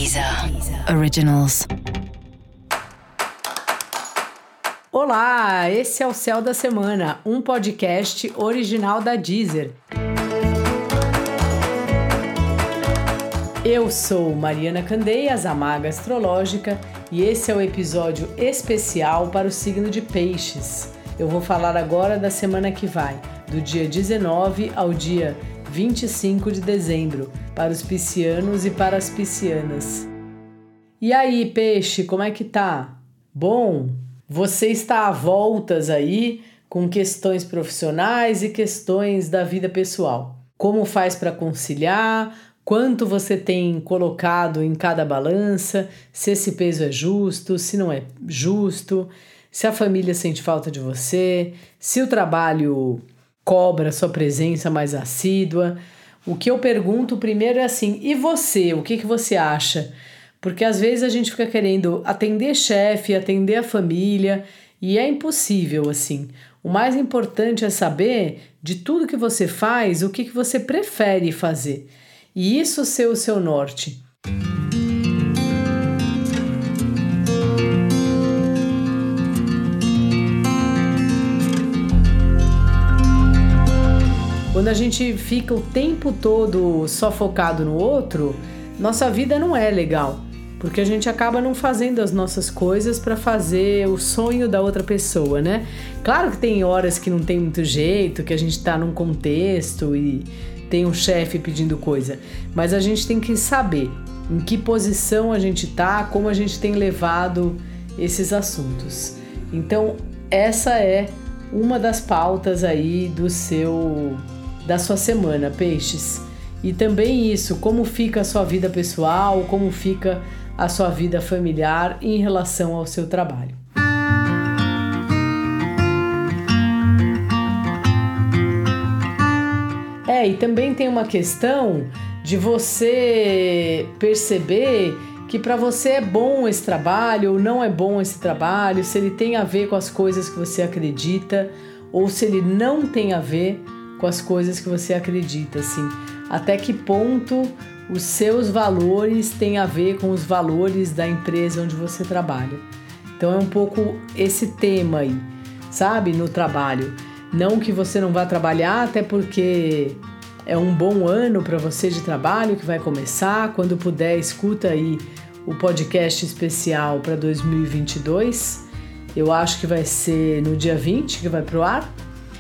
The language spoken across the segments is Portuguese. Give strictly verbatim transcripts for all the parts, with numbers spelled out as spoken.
Deezer Originals. Olá, esse é o Céu da Semana, um podcast original da Deezer. Eu sou Mariana Candeias, a Maga Astrológica, e esse é o episódio especial para o signo de Peixes. Eu vou falar agora da semana que vai, do dia dezenove ao dia vinte e cinco de dezembro, para os piscianos e para as piscianas. E aí, peixe, como é que tá? Bom, você está a voltas aí com questões profissionais e questões da vida pessoal. Como faz para conciliar? Quanto você tem colocado em cada balança? Se esse peso é justo, se não é justo, se a família sente falta de você, se o trabalho cobra sua presença mais assídua. O que eu pergunto primeiro é assim, e você? O que, que você acha? Porque às vezes a gente fica querendo atender chefe, atender a família, e é impossível assim. O mais importante é saber de tudo que você faz, o que, que você prefere fazer. E isso ser o seu norte. Quando a gente fica o tempo todo só focado no outro, nossa vida não é legal, porque a gente acaba não fazendo as nossas coisas para fazer o sonho da outra pessoa, né? Claro que tem horas que não tem muito jeito, que a gente tá num contexto e tem um chefe pedindo coisa, mas a gente tem que saber em que posição a gente tá, como a gente tem levado esses assuntos. Então, essa é uma das pautas aí do seu... da sua semana, peixes. E também isso, como fica a sua vida pessoal, como fica a sua vida familiar em relação ao seu trabalho. É, e também tem uma questão de você perceber que para você é bom esse trabalho ou não é bom esse trabalho, se ele tem a ver com as coisas que você acredita ou se ele não tem a ver com as coisas que você acredita, assim. Até que ponto os seus valores têm a ver com os valores da empresa onde você trabalha. Então é um pouco esse tema aí, sabe, no trabalho. Não que você não vá trabalhar, até porque é um bom ano para você de trabalho que vai começar. Quando puder, escuta aí o podcast especial para dois mil e vinte e dois. Eu acho que vai ser no dia vinte que vai pro ar.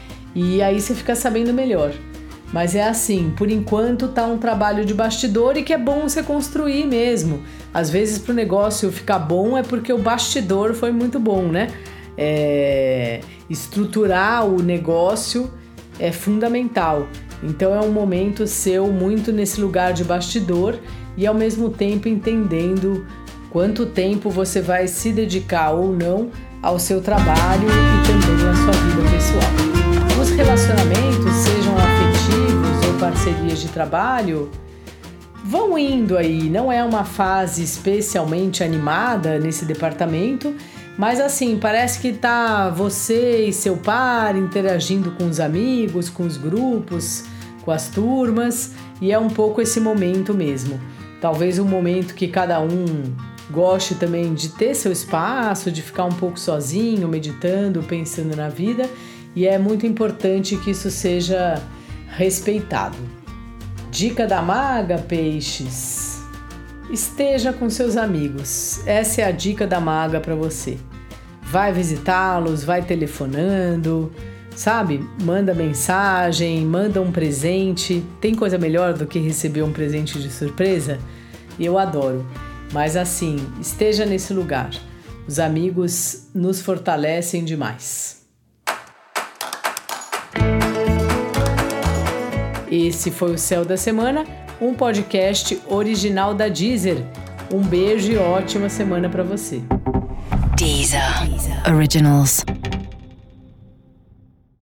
E aí você fica sabendo melhor. Mas é assim, por enquanto tá um trabalho de bastidor e que é bom você construir mesmo. Às vezes pro negócio ficar bom é porque o bastidor foi muito bom, né? É... Estruturar o negócio é fundamental. Então é um momento seu muito nesse lugar de bastidor e ao mesmo tempo entendendo quanto tempo você vai se dedicar ou não ao seu trabalho e também à sua vida pessoal. Os relacionamentos, sejam afetivos ou parcerias de trabalho, vão indo aí. Não é uma fase especialmente animada nesse departamento, mas assim, parece que tá você e seu par interagindo com os amigos, com os grupos, com as turmas, e é um pouco esse momento mesmo. Talvez um momento que cada um goste também de ter seu espaço, de ficar um pouco sozinho, meditando, pensando na vida. E é muito importante que isso seja respeitado. Dica da maga, peixes. Esteja com seus amigos. Essa é a dica da maga para você. Vai visitá-los, vai telefonando, sabe? Manda mensagem, manda um presente. Tem coisa melhor do que receber um presente de surpresa? Eu adoro. Mas assim, esteja nesse lugar. Os amigos nos fortalecem demais. Esse foi o Céu da Semana, um podcast original da Deezer. Um beijo e ótima semana para você. Deezer Originals.